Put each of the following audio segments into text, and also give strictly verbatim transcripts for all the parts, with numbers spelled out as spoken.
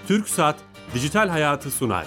TürkSat Dijital Hayatı sunar.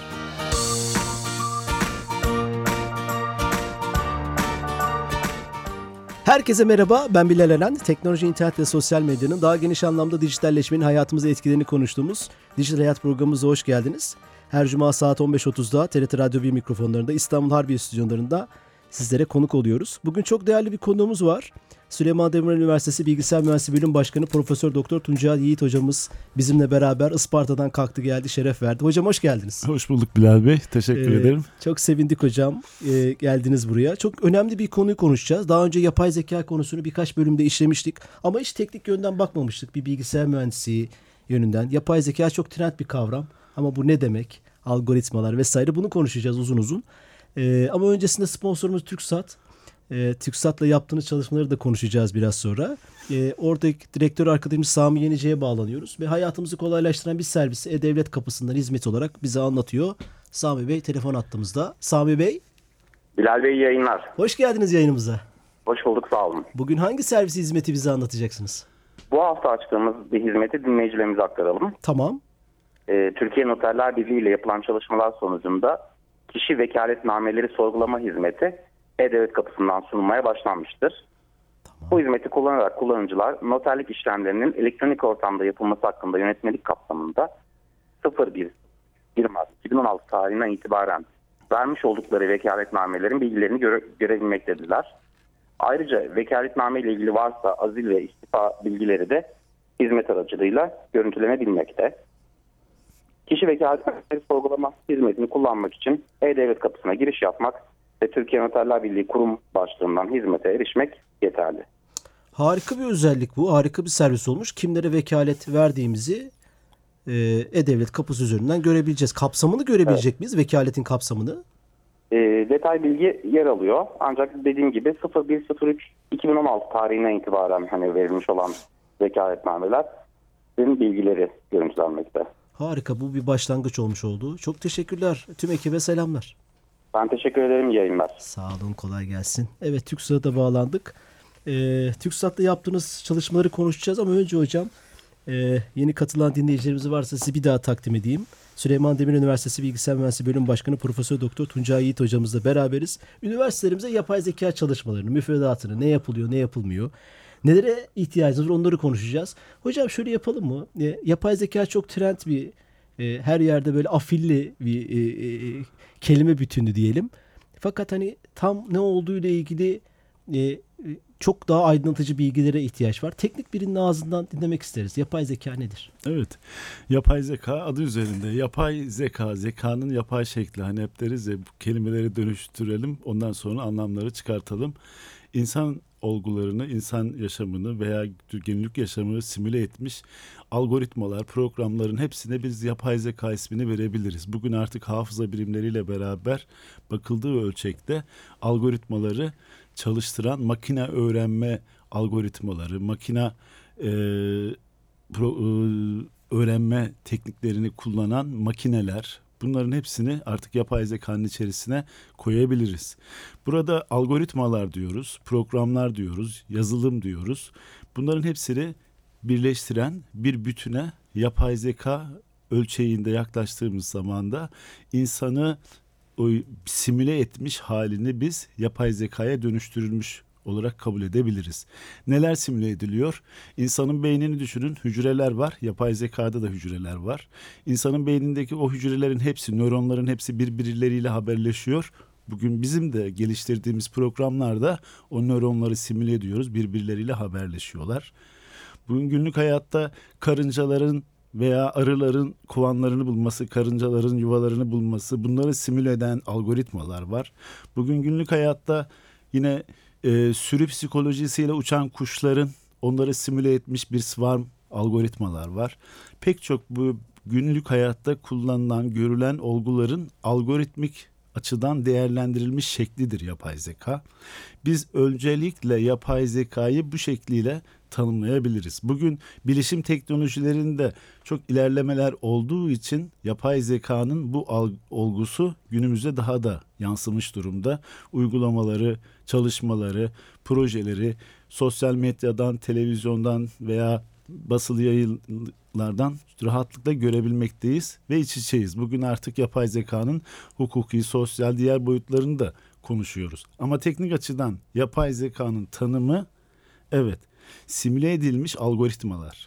Herkese merhaba, ben Bilal Eren. Teknoloji, internet ve sosyal medyanın daha geniş anlamda dijitalleşmenin hayatımıza etkilerini konuştuğumuz Dijital Hayat programımıza hoş geldiniz. Her cuma saat on beş otuzda T R T Radyo bir mikrofonlarında İstanbul Harbiye stüdyolarında sizlere konuk oluyoruz. Bugün çok değerli bir konuğumuz var. Süleyman Demirel Üniversitesi Bilgisayar Mühendisliği Bölüm Başkanı Profesör Doktor Tuncay Yiğit hocamız bizimle beraber Isparta'dan kalktı geldi, şeref verdi. Hocam hoş geldiniz. Hoş bulduk Bilal Bey. Teşekkür ee, ederim. Çok sevindik hocam. Ee, geldiniz buraya. Çok önemli bir konuyu konuşacağız. Daha önce yapay zeka konusunu birkaç bölümde işlemiştik. Ama hiç teknik yönden bakmamıştık. Bir bilgisayar mühendisliği yönünden. Yapay zeka çok trend bir kavram. Ama bu ne demek? Algoritmalar vesaire, bunu konuşacağız uzun uzun. Ee, ama öncesinde sponsorumuz TürkSat. Ee, TürkSat'la yaptığınız çalışmaları da konuşacağız biraz sonra. Ee, oradaki direktör arkadaşımız Sami Yenice'ye bağlanıyoruz. Ve hayatımızı kolaylaştıran bir servisi E-Devlet kapısından hizmet olarak bize anlatıyor. Sami Bey telefon attığımızda. Sami Bey. Bilal Bey, yayınlar. Hoş geldiniz yayınımıza. Hoş bulduk, sağ olun. Bugün hangi servisi hizmeti bize anlatacaksınız? Bu hafta açtığımız bir hizmeti dinleyicilerimize aktaralım. Tamam. Ee, Türkiye Noterler Birliği ile yapılan çalışmalar sonucunda kişi vekaletnameleri sorgulama hizmeti E-Devlet kapısından sunulmaya başlanmıştır. Tamam. Bu hizmeti kullanarak kullanıcılar noterlik işlemlerinin elektronik ortamda yapılması hakkında yönetmelik kapsamında sıfır bir Mart iki bin on altı tarihinden itibaren vermiş oldukları vekaletnamelerin bilgilerini göre, görebilmektedirler. Ayrıca vekaletname ile ilgili varsa azil ve istifa bilgileri de hizmet aracılığıyla görüntülenebilmekte. Kişi vekaletnameleri sorgulama hizmetini kullanmak için E-Devlet kapısına giriş yapmak ve Türkiye Noterler Birliği kurum başlığından hizmete erişmek yeterli. Harika bir özellik bu. Harika bir servis olmuş. Kimlere vekalet verdiğimizi E-Devlet kapısı üzerinden görebileceğiz. Kapsamını görebilecek evet. miyiz? Vekaletin kapsamını? E, detay bilgi yer alıyor. Ancak dediğim gibi sıfır bir Mart iki bin on altı tarihinden itibaren hani verilmiş olan vekaletnamelerin bilgileri görüntülenmekte. Harika. Bu bir başlangıç olmuş oldu. Çok teşekkürler. Tüm ekibe selamlar. Ben teşekkür ederim. Yayınlar. Sağ olun. Kolay gelsin. Evet, TürkSat'a bağlandık. Ee, TürkSat'ta yaptığınız çalışmaları konuşacağız ama önce hocam e, yeni katılan dinleyicilerimiz varsa sizi bir daha takdim edeyim. Süleyman Demirel Üniversitesi Bilgisayar Mühendisliği Bölüm Başkanı Profesör Doktor Tuncay Yiğit hocamızla beraberiz. Üniversitelerimize yapay zeka çalışmalarını, müfredatını, ne yapılıyor, ne yapılmıyor, nelere ihtiyacımız var, onları konuşacağız. Hocam şöyle yapalım mı? E, yapay zeka çok trend bir, e, her yerde böyle afilli bir e, e, kelime bütünü diyelim. Fakat hani tam ne olduğu ile ilgili e, çok daha aydınlatıcı bilgilere ihtiyaç var. Teknik birinin ağzından dinlemek isteriz. Yapay zeka nedir? Evet. Yapay zeka adı üzerinde. Yapay zeka, zekanın yapay şekli. Hani hep deriz ya, bu kelimeleri dönüştürelim. Ondan sonra anlamları çıkartalım. İnsan olgularını, insan yaşamını veya günlük yaşamını simüle etmiş algoritmalar, programların hepsine biz yapay zeka ismini verebiliriz. Bugün artık hafıza birimleriyle beraber bakıldığı ölçekte algoritmaları çalıştıran makine öğrenme algoritmaları, makine e, pro, e, öğrenme tekniklerini kullanan makineler, bunların hepsini artık yapay zekanın içerisine koyabiliriz. Burada algoritmalar diyoruz, programlar diyoruz, yazılım diyoruz. Bunların hepsini birleştiren bir bütüne yapay zeka ölçeğinde yaklaştığımız zaman da insanı o simüle etmiş halini biz yapay zekaya dönüştürülmüş olarak kabul edebiliriz. Neler simüle ediliyor? İnsanın beynini düşünün, hücreler var. Yapay zekada da hücreler var. İnsanın beynindeki o hücrelerin hepsi, nöronların hepsi birbirleriyle haberleşiyor. Bugün bizim de geliştirdiğimiz programlarda o nöronları simüle ediyoruz. Birbirleriyle haberleşiyorlar. Bugün günlük hayatta karıncaların veya arıların kovanlarını bulması, karıncaların yuvalarını bulması, bunları simüle eden algoritmalar var. Bugün günlük hayatta yine e, sürü psikolojisiyle uçan kuşların onları simüle etmiş bir swarm algoritmalar var. Pek çok bu günlük hayatta kullanılan, görülen olguların algoritmik açıdan değerlendirilmiş şeklidir yapay zeka. Biz öncelikle yapay zekayı bu şekliyle tanımlayabiliriz. Bugün bilişim teknolojilerinde çok ilerlemeler olduğu için yapay zekanın bu olgusu günümüze daha da yansımış durumda. Uygulamaları, çalışmaları, projeleri sosyal medyadan, televizyondan veya basılı yayınlardan rahatlıkla görebilmekteyiz ve iç içeyiz. Bugün artık yapay zekanın hukuki, sosyal diğer boyutlarını da konuşuyoruz. Ama teknik açıdan yapay zekanın tanımı evet simüle edilmiş algoritmalar.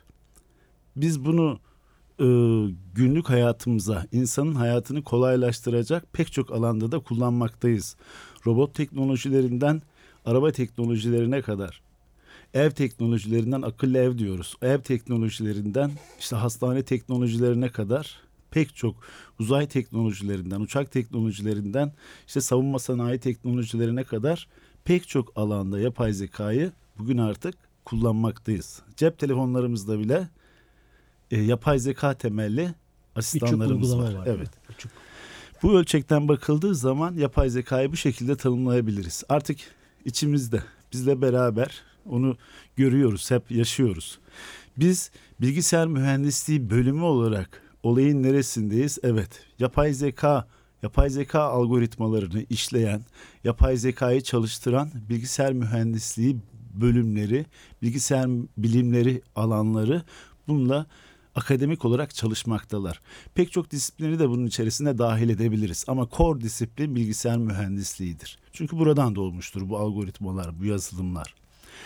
Biz bunu e, günlük hayatımıza, insanın hayatını kolaylaştıracak pek çok alanda da kullanmaktayız. Robot teknolojilerinden araba teknolojilerine kadar, ev teknolojilerinden akıllı ev diyoruz. Ev teknolojilerinden işte hastane teknolojilerine kadar pek çok uzay teknolojilerinden, uçak teknolojilerinden işte savunma sanayi teknolojilerine kadar pek çok alanda yapay zekayı bugün artık kullanmaktayız. Cep telefonlarımızda bile e, yapay zeka temelli asistanlarımız var. var. Evet. Birçok. Bu ölçekten bakıldığı zaman yapay zekayı bu şekilde tanımlayabiliriz. Artık içimizde, bizle beraber onu görüyoruz, hep yaşıyoruz. Biz bilgisayar mühendisliği bölümü olarak olayın neresindeyiz? Evet, yapay zeka, yapay zeka algoritmalarını işleyen, yapay zekayı çalıştıran bilgisayar mühendisliği bölümleri, bilgisayar bilimleri alanları bununla akademik olarak çalışmaktalar. Pek çok disiplinleri de bunun içerisine dahil edebiliriz. Ama core disiplin bilgisayar mühendisliğidir. Çünkü buradan doğmuştur bu algoritmalar, bu yazılımlar.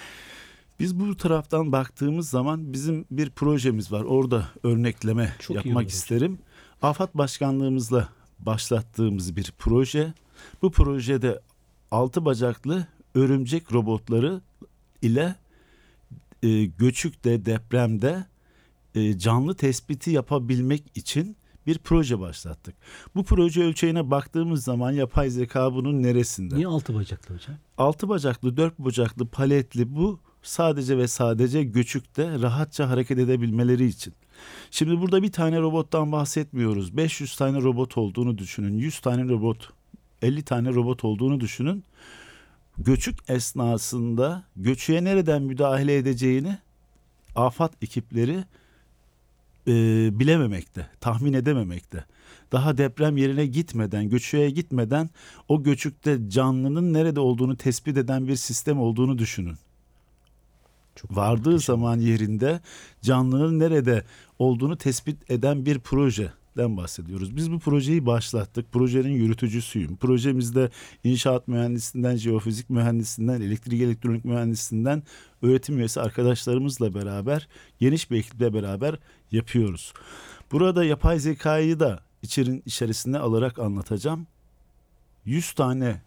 Biz bu taraftan baktığımız zaman bizim bir projemiz var. Orada örnekleme Çok yapmak isterim. AFAD Başkanlığımızla başlattığımız bir proje. Bu projede altı bacaklı örümcek robotları ile e, göçükte, depremde e, canlı tespiti yapabilmek için bir proje başlattık. Bu proje ölçeğine baktığımız zaman yapay zeka bunun neresinde? Niye altı bacaklı hocam? Altı bacaklı, dört bacaklı, paletli bu sadece ve sadece göçükte rahatça hareket edebilmeleri için. Şimdi burada bir tane robottan bahsetmiyoruz. beş yüz tane robot olduğunu düşünün. yüz tane robot, elli tane robot olduğunu düşünün. Göçük esnasında göçüğe nereden müdahale edeceğini AFAD ekipleri e, bilememekte, tahmin edememekte. Daha deprem yerine gitmeden, göçüğe gitmeden o göçükte canlının nerede olduğunu tespit eden bir sistem olduğunu düşünün. Çok Vardığı muhteşem. zaman yerinde canlının nerede olduğunu tespit eden bir projeden bahsediyoruz. Biz bu projeyi başlattık. Projenin yürütücüsüyüm. Projemizde inşaat mühendisinden, jeofizik mühendisinden, elektrik elektronik mühendisinden öğretim üyesi arkadaşlarımızla beraber, geniş bir ekiple beraber yapıyoruz. Burada yapay zekayı da içerin içerisine alarak anlatacağım. yüz tane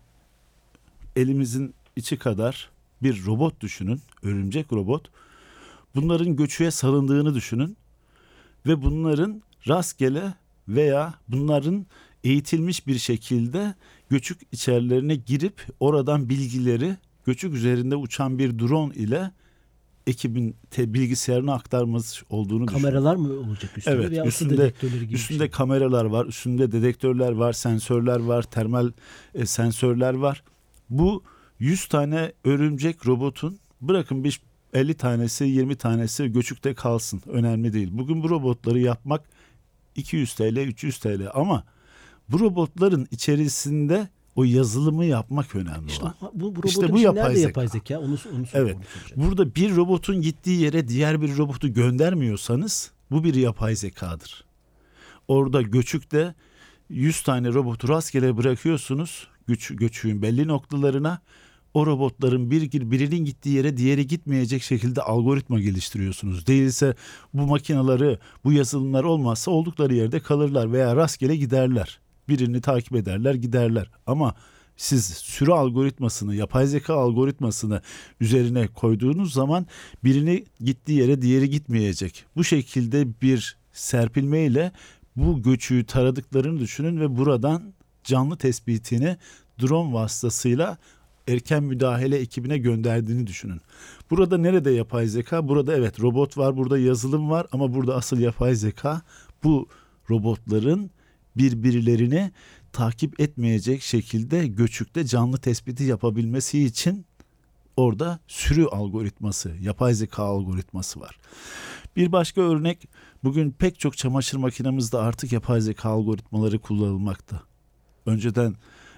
elimizin içi kadar bir robot düşünün, örümcek robot. Bunların göçüğe salındığını düşünün ve bunların rastgele veya bunların eğitilmiş bir şekilde göçük içerilerine girip oradan bilgileri göçük üzerinde uçan bir drone ile ekibin te bilgisayarına aktarması olduğunu düşünün. Kameralar mı olacak üstünde? Evet, veya ısı üstünde, dedektörleri gibi üstünde bir şey? kameralar var, üstünde dedektörler var, sensörler var, termal e, sensörler var. Bu yüz tane örümcek robotun bırakın bir elli tanesi, yirmi tanesi göçükte kalsın. Önemli değil. Bugün bu robotları yapmak iki yüz TL, üç yüz TL ama bu robotların içerisinde o yazılımı yapmak önemli İşte olan. bu, bu robotun İşte bu için yapay nerede zeka. yapay zeka? Onu, onu, Evet. onu soracağım. Burada bir robotun gittiği yere diğer bir robotu göndermiyorsanız bu bir yapay zekadır. Orada göçükte yüz tane robotu rastgele bırakıyorsunuz göç, göçüğün belli noktalarına. O robotların bir, birinin gittiği yere diğeri gitmeyecek şekilde algoritma geliştiriyorsunuz. Değilse bu makineleri, bu yazılımlar olmazsa oldukları yerde kalırlar veya rastgele giderler. Birini takip ederler, giderler. Ama siz sürü algoritmasını, yapay zeka algoritmasını üzerine koyduğunuz zaman birini gittiği yere diğeri gitmeyecek. Bu şekilde bir serpilmeyle bu göçüğü taradıklarını düşünün ve buradan canlı tespitini drone vasıtasıyla erken müdahale ekibine gönderdiğini düşünün. Burada nerede yapay zeka? Burada evet robot var, burada yazılım var ama burada asıl yapay zeka bu robotların birbirlerini takip etmeyecek şekilde göçükte canlı tespiti yapabilmesi için orada sürü algoritması, yapay zeka algoritması var. Bir başka örnek, bugün pek çok çamaşır makinemizde artık yapay zeka algoritmaları kullanılmakta. Önceden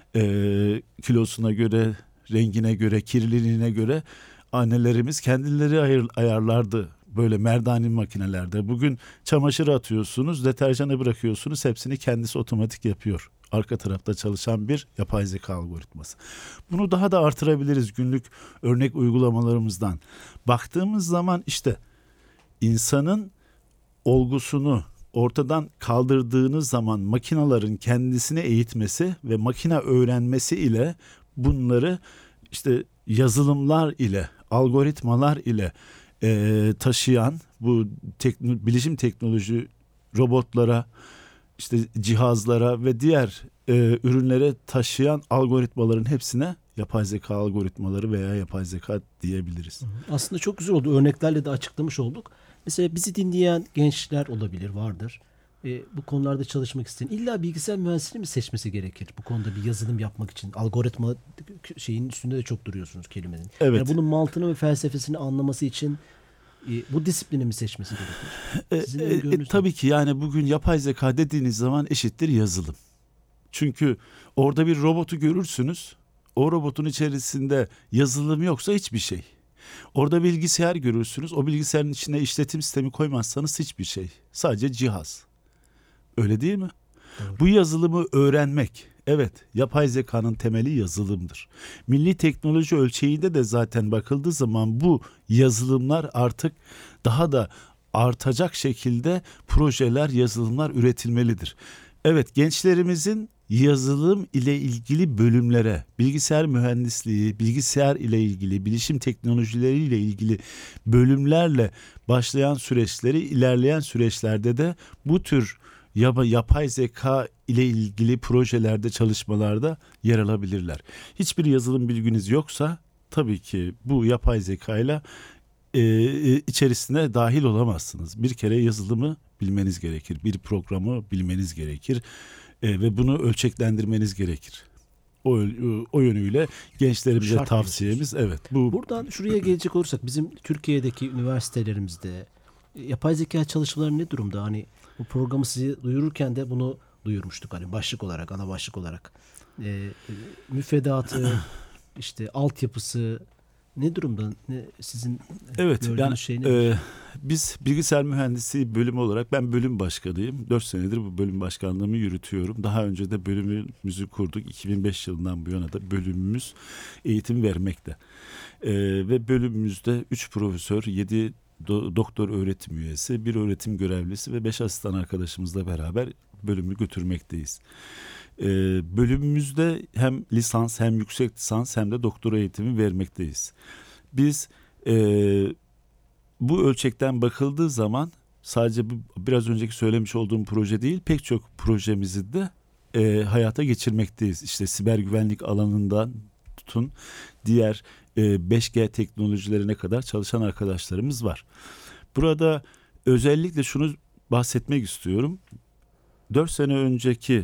e, kilosuna göre, rengine göre, kirliliğine göre annelerimiz kendileri ayar, ayarlardı böyle merdani makinelerde. Bugün çamaşır atıyorsunuz, deterjanı bırakıyorsunuz, hepsini kendisi otomatik yapıyor. Arka tarafta çalışan bir yapay zeka algoritması. Bunu daha da artırabiliriz günlük örnek uygulamalarımızdan. Baktığımız zaman işte insanın olgusunu ortadan kaldırdığınız zaman makinelerin kendisine eğitmesi ve makine öğrenmesi ile bunları işte yazılımlar ile, algoritmalar ile e, taşıyan bu tekno, bilişim teknoloji robotlara, işte cihazlara ve diğer e, ürünlere taşıyan algoritmaların hepsine yapay zeka algoritmaları veya yapay zeka diyebiliriz. Aslında çok güzel oldu. Örneklerle de açıklamış olduk. Mesela bizi dinleyen gençler olabilir, vardır. E, bu konularda çalışmak isteyen, illa bilgisayar mühendisliğini mi seçmesi gerekir? Bu konuda bir yazılım yapmak için. Algoritma şeyin üstünde de çok duruyorsunuz kelimenin. Evet. Yani bunun mantığını ve felsefesini anlaması için e, bu disiplini mi seçmesi gerekir? Sizin E, e, tabii ki yani bugün yapay zeka dediğiniz zaman eşittir yazılım. Çünkü orada bir robotu görürsünüz. O robotun içerisinde yazılım yoksa hiçbir şey. Orada bilgisayar görürsünüz. O bilgisayarın içine işletim sistemi koymazsanız hiçbir şey. Sadece cihaz. Öyle değil mi? Doğru. Bu yazılımı öğrenmek, evet, yapay zekanın temeli yazılımdır. Milli teknoloji ölçeğinde de zaten bakıldığı zaman bu yazılımlar artık daha da artacak şekilde projeler, yazılımlar üretilmelidir. Evet, gençlerimizin yazılım ile ilgili bölümlere, bilgisayar mühendisliği, bilgisayar ile ilgili, bilişim teknolojileri ile ilgili bölümlerle başlayan süreçleri ilerleyen süreçlerde de bu tür yapay zeka ile ilgili projelerde, çalışmalarda yer alabilirler. Hiçbir yazılım bilginiz yoksa tabii ki bu yapay zekayla e, içerisine dahil olamazsınız. Bir kere yazılımı bilmeniz gerekir, bir programı bilmeniz gerekir. E, ve bunu ölçeklendirmeniz gerekir. O, o yönüyle gençlerimize Şart tavsiyemiz evet. Bu buradan şuraya gelecek olursak bizim Türkiye'deki üniversitelerimizde yapay zeka çalışmaları ne durumda? Hani bu programı sizi duyururken de bunu duyurmuştuk hani başlık olarak, ana başlık olarak. E, e, müfredatı, işte altyapısı ne durumda? Ne, sizin evet gördüğünüz yani şey ne? e, biz bilgisayar mühendisliği bölümü olarak ben bölüm başkanıyım. dört senedir bu bölüm başkanlığımı yürütüyorum. Daha önce de bölümümüzü kurduk. iki bin beş yılından bu yana da bölümümüz eğitim vermekte. E, ve bölümümüzde üç profesör, yedi do, doktor öğretim üyesi, bir öğretim görevlisi ve beş asistan arkadaşımızla beraber bölümü götürmekteyiz. Ee, bölümümüzde hem lisans hem yüksek lisans hem de doktora eğitimi vermekteyiz. Biz e, bu ölçekten bakıldığı zaman sadece bu, biraz önceki söylemiş olduğum proje değil, pek çok projemizi de e, hayata geçirmekteyiz. İşte siber güvenlik alanından tutun diğer e, beş G teknolojilerine kadar çalışan arkadaşlarımız var. Burada özellikle şunu bahsetmek istiyorum. dört sene önceki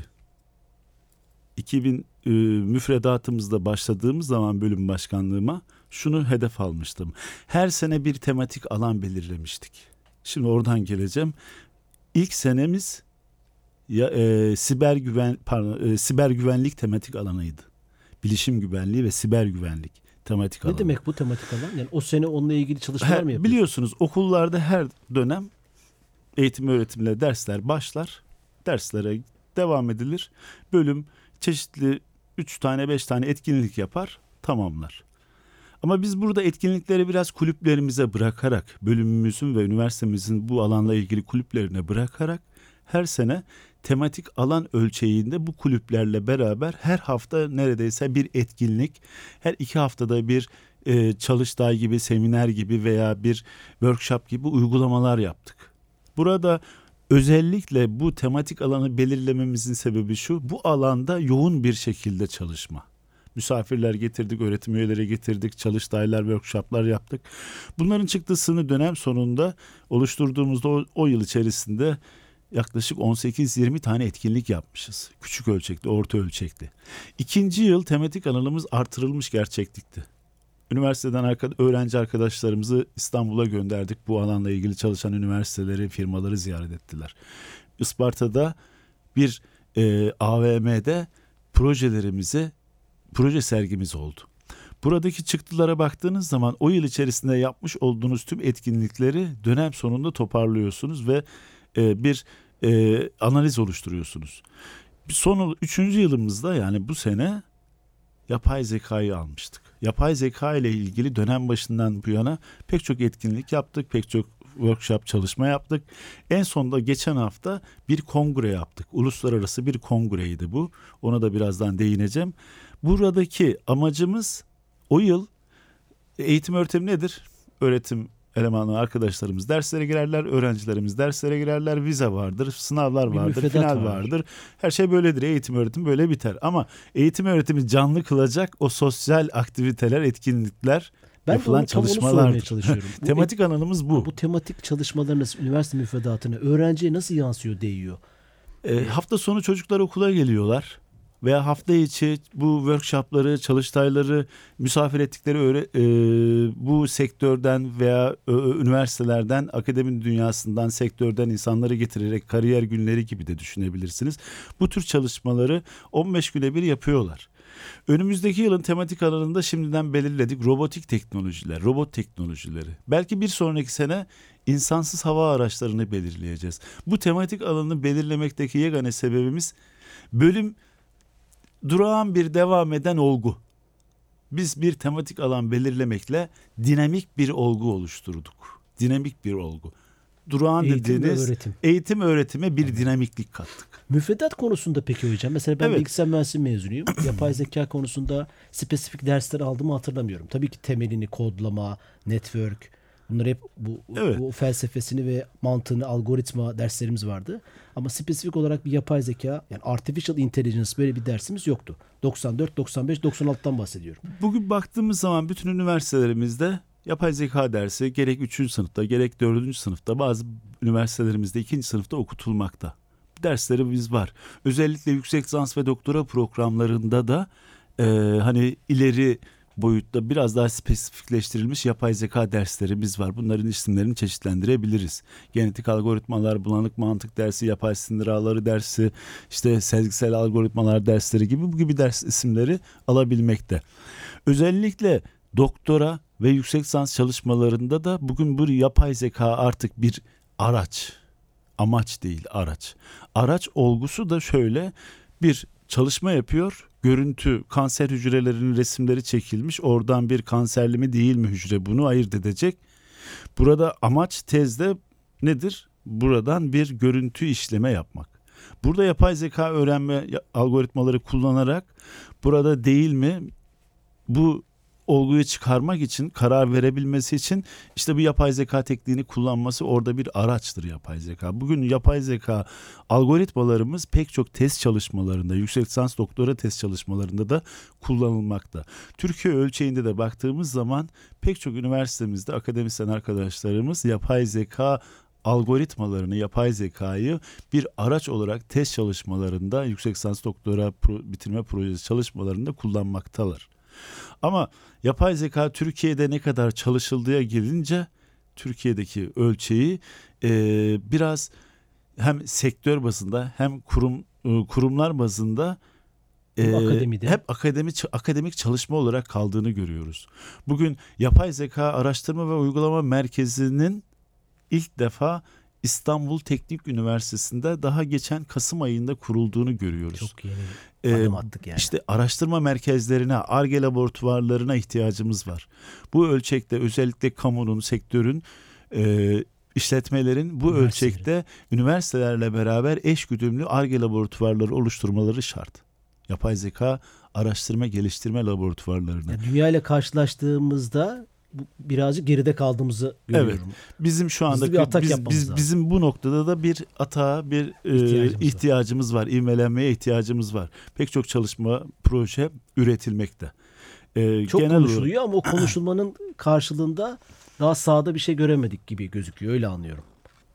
iki bin e, müfredatımızda başladığımız zaman bölüm başkanlığıma şunu hedef almıştım. Her sene bir tematik alan belirlemiştik. Şimdi oradan geleceğim. İlk senemiz ya, e, siber güven pardon, e, siber güvenlik tematik alanıydı. Bilişim güvenliği ve siber güvenlik tematik alanı. Ne demek bu tematik alan? Yani o sene onunla ilgili çalışmalar her, mı yapıyorsunuz? Biliyorsunuz okullarda her dönem eğitim öğretimle dersler başlar. Derslere devam edilir. Bölüm çeşitli üç tane beş tane etkinlik yapar, tamamlar. Ama biz burada etkinlikleri biraz kulüplerimize bırakarak, bölümümüzün ve üniversitemizin bu alanla ilgili kulüplerine bırakarak her sene tematik alan ölçeğinde bu kulüplerle beraber her hafta neredeyse bir etkinlik, her iki haftada bir e, çalıştay gibi, seminer gibi veya bir workshop gibi uygulamalar yaptık. Burada özellikle bu tematik alanı belirlememizin sebebi şu, bu alanda yoğun bir şekilde çalışma. Misafirler getirdik, öğretim üyeleri getirdik, çalıştaylar, workshoplar yaptık. Bunların çıktısını dönem sonunda oluşturduğumuzda o, o yıl içerisinde yaklaşık on sekiz yirmi tane etkinlik yapmışız. Küçük ölçekli, orta ölçekli. İkinci yıl tematik alanımız artırılmış gerçeklikti. Üniversiteden öğrenci arkadaşlarımızı İstanbul'a gönderdik. Bu alanla ilgili çalışan üniversiteleri, firmaları ziyaret ettiler. Isparta'da bir e, A V M'de projelerimize, proje sergimiz oldu. buradaki çıktılara baktığınız zaman o yıl içerisinde yapmış olduğunuz tüm etkinlikleri dönem sonunda toparlıyorsunuz ve e, bir e, analiz oluşturuyorsunuz. Son üçüncü yılımızda, yani bu sene, yapay zekayı almıştık. Yapay zeka ile ilgili dönem başından bu yana pek çok etkinlik yaptık, pek çok workshop çalışma yaptık. En sonunda geçen hafta bir kongre yaptık. Uluslararası bir kongreydi bu. Ona da birazdan değineceğim. Buradaki amacımız o yıl eğitim öğretim nedir? Öğretim elemanı arkadaşlarımız derslere girerler, öğrencilerimiz derslere girerler, vize vardır, sınavlar Bir vardır, müfredat final var. vardır. Her şey böyledir. Eğitim öğretim böyle biter. Ama eğitim öğretimi canlı kılacak o sosyal aktiviteler, etkinlikler, Ben de yapılan onu, tam onu sormaya çalışmalardır. çalışıyorum. Bu Tematik alanımız bu. Bu tematik çalışmalarınız üniversite müfredatına, öğrenciye nasıl yansıyor, değiyor? E, hafta sonu çocuklar okula geliyorlar veya hafta içi bu workshopları, çalıştayları, misafir ettikleri öğre, e, bu sektörden veya e, üniversitelerden, akademi dünyasından, sektörden insanları getirerek kariyer günleri gibi de düşünebilirsiniz. Bu tür çalışmaları on beş güne bir yapıyorlar. Önümüzdeki yılın tematik alanında şimdiden belirledik: robotik teknolojiler, robot teknolojileri. Belki bir sonraki sene insansız hava araçlarını belirleyeceğiz. Bu tematik alanını belirlemekteki yegane sebebimiz bölüm durağan bir devam eden olgu. Biz bir tematik alan belirlemekle dinamik bir olgu oluşturduk. Dinamik bir olgu. Durağan Eğitim ve dediğiniz öğretim. eğitim öğretime bir dinamiklik kattık. Müfredat konusunda peki hocam? Mesela ben Evet. bilgisayar mühendisliği mezunuyum. Yapay zeka konusunda spesifik dersler aldığımı hatırlamıyorum. Tabii ki temelini, kodlama, network, bunlar hep bu, Evet. bu felsefesini ve mantığını, algoritma derslerimiz vardı. Ama spesifik olarak bir yapay zeka, yani artificial intelligence, böyle bir dersimiz yoktu. doksan dört, doksan beş, doksan altıdan bahsediyorum. Bugün baktığımız zaman bütün üniversitelerimizde yapay zeka dersi gerek üçüncü sınıfta gerek dördüncü sınıfta, bazı üniversitelerimizde ikinci sınıfta okutulmakta. Derslerimiz var. Özellikle yüksek lisans ve doktora programlarında da e, hani ileri boyutta biraz daha spesifikleştirilmiş yapay zeka derslerimiz var. Bunların isimlerini çeşitlendirebiliriz. Genetik algoritmalar, bulanık mantık dersi, yapay sinir ağları dersi, işte sezgisel algoritmalar dersleri gibi bu gibi ders isimleri alabilmekte. Özellikle doktora ve yüksek lisans çalışmalarında da bugün bu yapay zeka artık bir araç. Amaç değil, araç. Araç olgusu da şöyle: bir çalışma yapıyor, görüntü, kanser hücrelerinin resimleri çekilmiş, oradan bir kanserli mi değil mi hücre, bunu ayırt edecek. Burada amaç tezde nedir? Buradan bir görüntü işleme yapmak. Burada yapay zeka öğrenme algoritmaları kullanarak burada değil mi, bu olguyu çıkarmak için, karar verebilmesi için işte bu yapay zeka tekniğini kullanması orada bir araçtır yapay zeka. Bugün yapay zeka algoritmalarımız pek çok test çalışmalarında, yüksek lisans doktora test çalışmalarında da kullanılmakta. Türkiye ölçeğinde de baktığımız zaman pek çok üniversitemizde akademisyen arkadaşlarımız yapay zeka algoritmalarını, yapay zekayı bir araç olarak test çalışmalarında, yüksek lisans doktora pro, bitirme projesi çalışmalarında kullanmaktalar. Ama yapay zeka Türkiye'de ne kadar çalışıldığı gelince Türkiye'deki ölçeği e, biraz hem sektör bazında hem kurum e, kurumlar bazında e, Akademide. hep akademik akademik çalışma olarak kaldığını görüyoruz. Bugün Yapay Zeka Araştırma ve Uygulama Merkezi'nin ilk defa İstanbul Teknik Üniversitesi'nde daha geçen Kasım ayında kurulduğunu görüyoruz. Çok yeni Ee, adım attık yani. İşte araştırma merkezlerine, Ar-Ge laboratuvarlarına ihtiyacımız var. Bu ölçekte özellikle kamunun, sektörün, e, işletmelerin bu ölçekte üniversitelerle beraber eşgüdümlü Ar-Ge laboratuvarları oluşturmaları şart. Yapay zeka araştırma geliştirme laboratuvarlarına. Yani dünya ile karşılaştığımızda bu, birazcık geride kaldığımızı görüyorum. Evet. Bizim şu anda bir atak biz, yapmamız biz lazım. bizim bu noktada da bir atağa, bir İhtiyacımız e, ihtiyacımız var. İvmelenmeye ihtiyacımız var. Pek çok çalışma, proje üretilmekte. E, Çok genel konuşuluyor olarak, ama o konuşulmanın karşılığında daha sahada bir şey göremedik gibi gözüküyor. Öyle anlıyorum.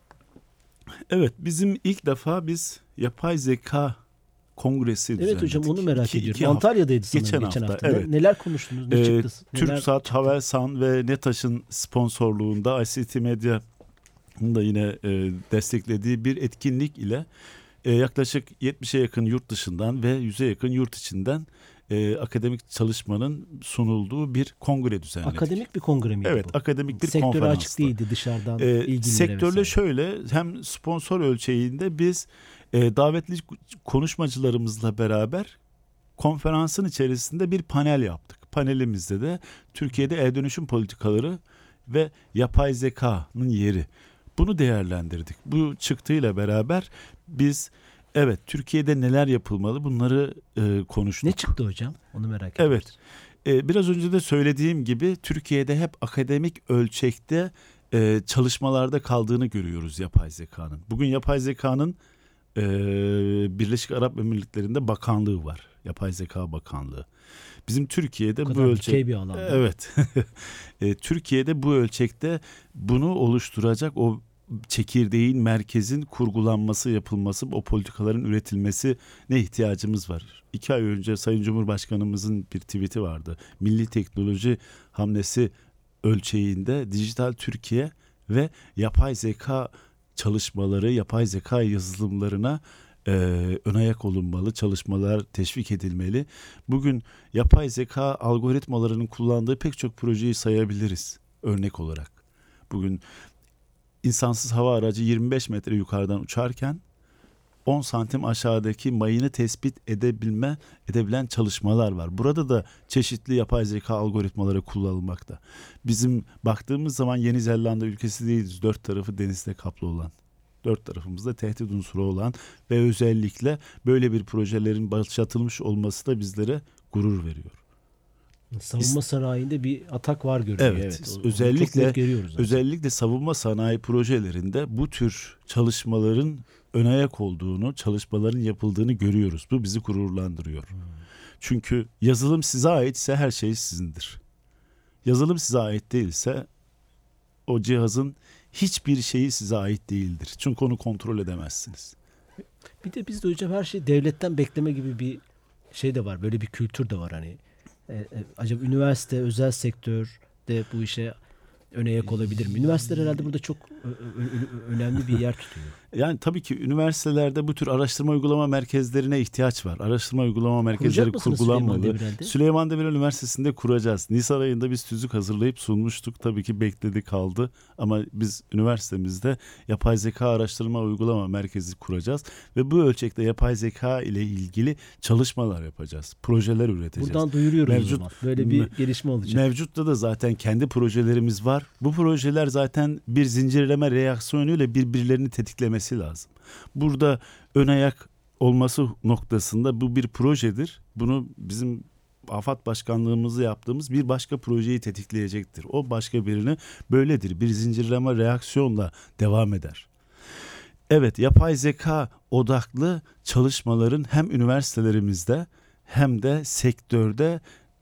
evet, bizim ilk defa biz yapay zeka kongresi Evet düzenledik. hocam, onu merak İki- ediyorum. iki hafta- Antalya'daydı sanırım geçen geçen, hafta, hafta. Ne- evet. neler konuştunuz? Ne Ee, çıktı? Neler TürkSat, çıktı? Havelsan ve NETAŞ'ın sponsorluğunda I C T Medya'nın da yine e, desteklediği bir etkinlik ile e, yaklaşık yetmişe yakın yurt dışından ve yüze yakın yurt içinden e, akademik çalışmanın sunulduğu bir kongre düzenledik. Akademik bir kongre miydi Evet, bu? akademik bir Sektörü konferanstı. açık değildi dışarıdan E, ilgililere sektörle vesaire. şöyle, hem sponsor ölçeğinde biz e, davetli konuşmacılarımızla beraber konferansın içerisinde bir panel yaptık. Panelimizde de Türkiye'de e-dönüşüm politikaları ve yapay zekanın yeri. Bunu değerlendirdik. Bu çıktıyla beraber biz evet Türkiye'de neler yapılmalı bunları e, konuştuk. Ne çıktı hocam? Onu merak ediyorum. Evet. E, biraz önce de söylediğim gibi Türkiye'de hep akademik ölçekte e, çalışmalarda kaldığını görüyoruz yapay zekanın. Bugün yapay zekanın e, Birleşik Arap Emirlikleri'nde bakanlığı var. Yapay Zeka Bakanlığı. Bizim Türkiye'de Bu bu kadar ölçek dikey bir alanda. Evet. e, Türkiye'de bu ölçekte bunu oluşturacak o çekirdeğin, merkezin kurgulanması, yapılması, o politikaların üretilmesi ne ihtiyacımız var? İki ay önce Sayın Cumhurbaşkanımızın bir tweet'i vardı. Milli teknoloji hamlesi ölçeğinde dijital Türkiye ve yapay zeka çalışmaları, yapay zeka yazılımlarına e, ön ayak olunmalı, çalışmalar teşvik edilmeli. Bugün yapay zeka algoritmalarının kullandığı pek çok projeyi sayabiliriz örnek olarak. Bugün insansız hava aracı yirmi beş metre yukarıdan uçarken on santim aşağıdaki mayını tespit edebilme, edebilen çalışmalar var. Burada da çeşitli yapay zeka algoritmaları kullanılmakta. Bizim baktığımız zaman Yeni Zelanda ülkesi değiliz. Dört tarafı denizle kaplı olan, dört tarafımızda tehdit unsuru olan ve özellikle böyle bir projelerin başlatılmış olması da bizlere gurur veriyor. Savunma sanayinde bir atak var görünüyor. Evet, evet. O- özellikle çok net görüyoruz zaten. özellikle savunma sanayi projelerinde bu tür çalışmaların ön ayak olduğunu, çalışmaların yapıldığını görüyoruz. Bu bizi gururlandırıyor. Hmm. Çünkü yazılım size aitse her şey sizindir. Yazılım size ait değilse o cihazın hiçbir şeyi size ait değildir. Çünkü onu kontrol edemezsiniz. Bir de bizde hocam her şey devletten bekleme gibi bir şey de var. Böyle bir kültür de var hani. E, e, acaba üniversite, özel sektör de bu işe ön ayak olabilir mi? Üniversiteler herhalde burada çok ö- ö- önemli bir yer tutuyor. Yani tabii ki üniversitelerde bu tür araştırma uygulama merkezlerine ihtiyaç var. Araştırma uygulama merkezleri kurgulanmalı. Süleyman, Süleyman Demirel Üniversitesi'nde kuracağız. Nisan ayında biz tüzük hazırlayıp sunmuştuk. Tabii ki bekledi kaldı. Ama biz üniversitemizde yapay zeka araştırma uygulama merkezi kuracağız. Ve bu ölçekte yapay zeka ile ilgili çalışmalar yapacağız. Projeler üreteceğiz. Buradan duyuruyoruz Mevcut, o zaman. Böyle bir me- gelişme olacak. Mevcutta da zaten kendi projelerimiz var. Bu projeler zaten bir zincirleme reaksiyonuyla birbirlerini tetiklemesi lazım. Burada ön ayak olması noktasında bu bir projedir. Bunu bizim AFAD başkanlığımızı yaptığımız bir başka projeyi tetikleyecektir. O başka birini böyledir. Bir zincirleme reaksiyonla devam eder. Evet, yapay zeka odaklı çalışmaların hem üniversitelerimizde hem de sektörde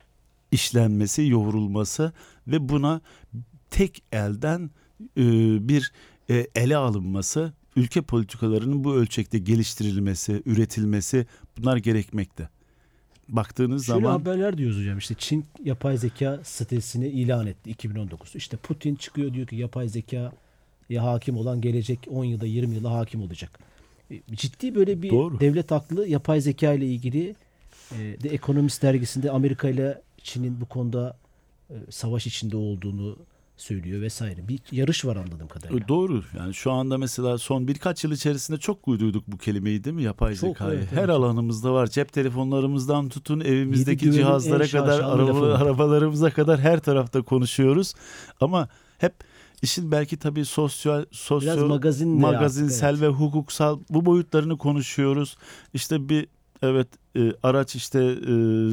işlenmesi, yoğrulması ve buna tek elden e, bir e, ele alınması, ülke politikalarının bu ölçekte geliştirilmesi, üretilmesi bunlar gerekmekte. Baktığınız Şöyle zaman haberler diyoruz hocam, işte Çin yapay zeka stratejisini ilan etti iki bin on dokuz. İşte Putin çıkıyor diyor ki yapay zekaya hakim olan gelecek on yılda yirmi yılda hakim olacak. Ciddi böyle bir Doğru. devlet aklı yapay zeka ile ilgili e, de Economist dergisinde Amerika ile Çin'in bu konuda e, savaş içinde olduğunu söylüyor vesaire. Bir yarış var anladığım kadarıyla. Doğru. Yani şu anda mesela son birkaç yıl içerisinde çok duyduk bu kelimeyi değil mi? Yapay Çok, zekayı. evet, Her evet. alanımızda var. Cep telefonlarımızdan tutun evimizdeki Yedi düvenin cihazlara en kadar, şaşalı lafı araba, var. arabalarımıza kadar her tarafta konuşuyoruz. Ama hep işin belki tabii sosyal, sosyal Biraz magazinle magazinsel artık, ve hukuksal bu boyutlarını konuşuyoruz. İşte bir evet e, araç işte e,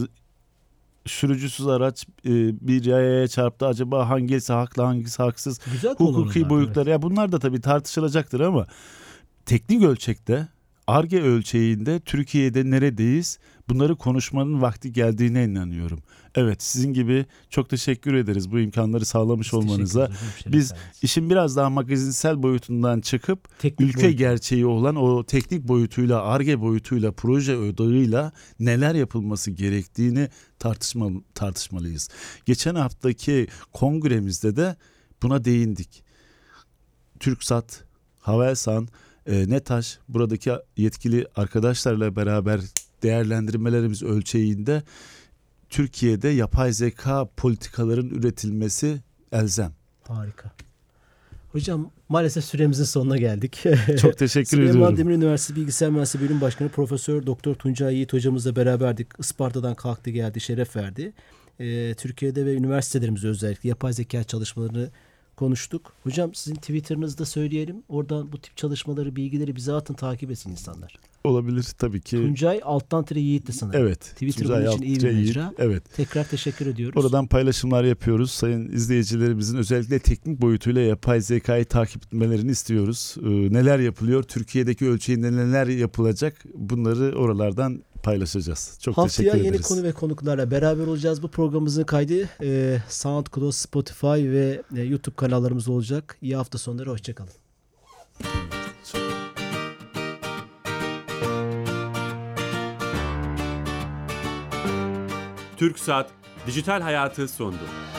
sürücüsüz araç e, bir yayaya çarptı. Acaba hangisi haklı hangisi haksız? Güzel konular Hukuki var, boyutları. evet. Ya bunlar da tabii tartışılacaktır ama teknik ölçekte, Ar-Ge ölçeğinde Türkiye'de neredeyiz? Bunları konuşmanın vakti geldiğine inanıyorum. Evet, sizin gibi çok teşekkür ederiz bu imkanları sağlamış Biz olmanıza. teşekkür ederiz hocam, Biz şeref verdiniz. işin biraz daha magazinsel boyutundan çıkıp Teknik ülke boyutu. gerçeği olan o teknik boyutuyla, Ar-Ge boyutuyla, proje odağıyla neler yapılması gerektiğini tartışma, tartışmalıyız. Geçen haftaki kongremizde de buna değindik. TürkSat, Havelsan, e, NETAŞ buradaki yetkili arkadaşlarla beraber değerlendirmelerimiz ölçeğinde Türkiye'de yapay zeka politikaların üretilmesi elzem. Harika. Hocam maalesef süremizin sonuna geldik. Çok teşekkür Süleyman ediyorum. Süleyman Demirel Üniversitesi Bilgisayar Mühendisliği Bölüm Başkanı Profesör Doktor Tuncay Yiğit hocamızla beraberdik. Isparta'dan kalktı geldi, şeref verdi. Ee, Türkiye'de ve üniversitelerimizde özellikle yapay zeka çalışmalarını konuştuk. Hocam sizin Twitter'ınızı da söyleyelim. Oradan bu tip çalışmaları, bilgileri bize atın, takip etsin insanlar. Olabilir tabii ki. Tuncay alttan tire Yiğit'ti sanırım. Evet. Twitter Tuncay bunun için iyi bir Altçı mecra. Yiğit, evet. Tekrar teşekkür ediyoruz. Oradan paylaşımlar yapıyoruz. Sayın izleyicilerimizin özellikle teknik boyutuyla yapay zekayı takip etmelerini istiyoruz. Ee, neler yapılıyor? Türkiye'deki ölçeğinde neler yapılacak? Bunları oralardan paylaşacağız. Çok Haftaya teşekkür ederiz. yeni konu ve konuklarla beraber olacağız. Bu programımızın kaydı e, SoundCloud, Spotify ve e, YouTube kanallarımızda olacak. İyi hafta sonları, hoşçakalın. TürkSat Dijital Hayatı sundu.